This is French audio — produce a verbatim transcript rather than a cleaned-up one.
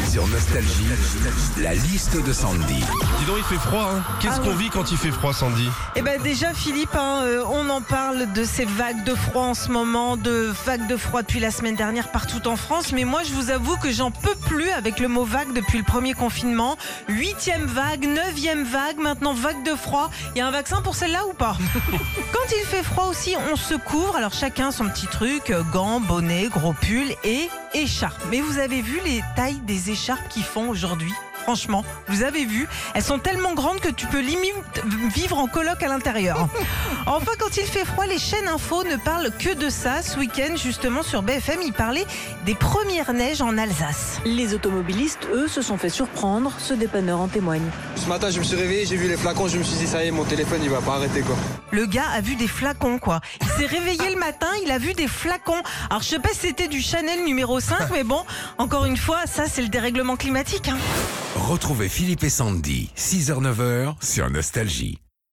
Sur Nostalgie, la liste de Sandy. Dis donc, il fait froid, hein. Qu'est-ce Ah qu'on ouais. vit quand il fait froid, Sandy? Eh ben déjà Philippe, hein, euh, on en parle de ces vagues de froid en ce moment, de vagues de froid depuis la semaine dernière partout en France. Mais moi je vous avoue que j'en peux plus avec le mot vague depuis le premier confinement. Huitième vague, neuvième vague, maintenant vague de froid. Il y a un vaccin pour celle-là ou pas? Quand il fait froid aussi, on se couvre. Alors chacun son petit truc, euh, gants, bonnet, gros pull et écharpe. Mais vous avez vu les tailles des écharpes qu'ils font aujourd'hui? Franchement, vous avez vu, elles sont tellement grandes que tu peux limite vivre en coloc à l'intérieur. Enfin, quand il fait froid, les chaînes info ne parlent que de ça. Ce week-end, justement, sur B F M, ils parlaient des premières neiges en Alsace. Les automobilistes, eux, se sont fait surprendre. Ce dépanneur en témoigne. Ce matin, je me suis réveillé, j'ai vu les flacons, je me suis dit, ça y est, mon téléphone, il va pas arrêter, quoi. Le gars a vu des flacons, quoi. Il s'est réveillé le matin, il a vu des flacons. Alors, je sais pas si c'était du Chanel numéro cinq, mais bon, encore une fois, ça, c'est le dérèglement climatique, hein. Retrouvez Philippe et Sandy, six heures neuf heures sur Nostalgie.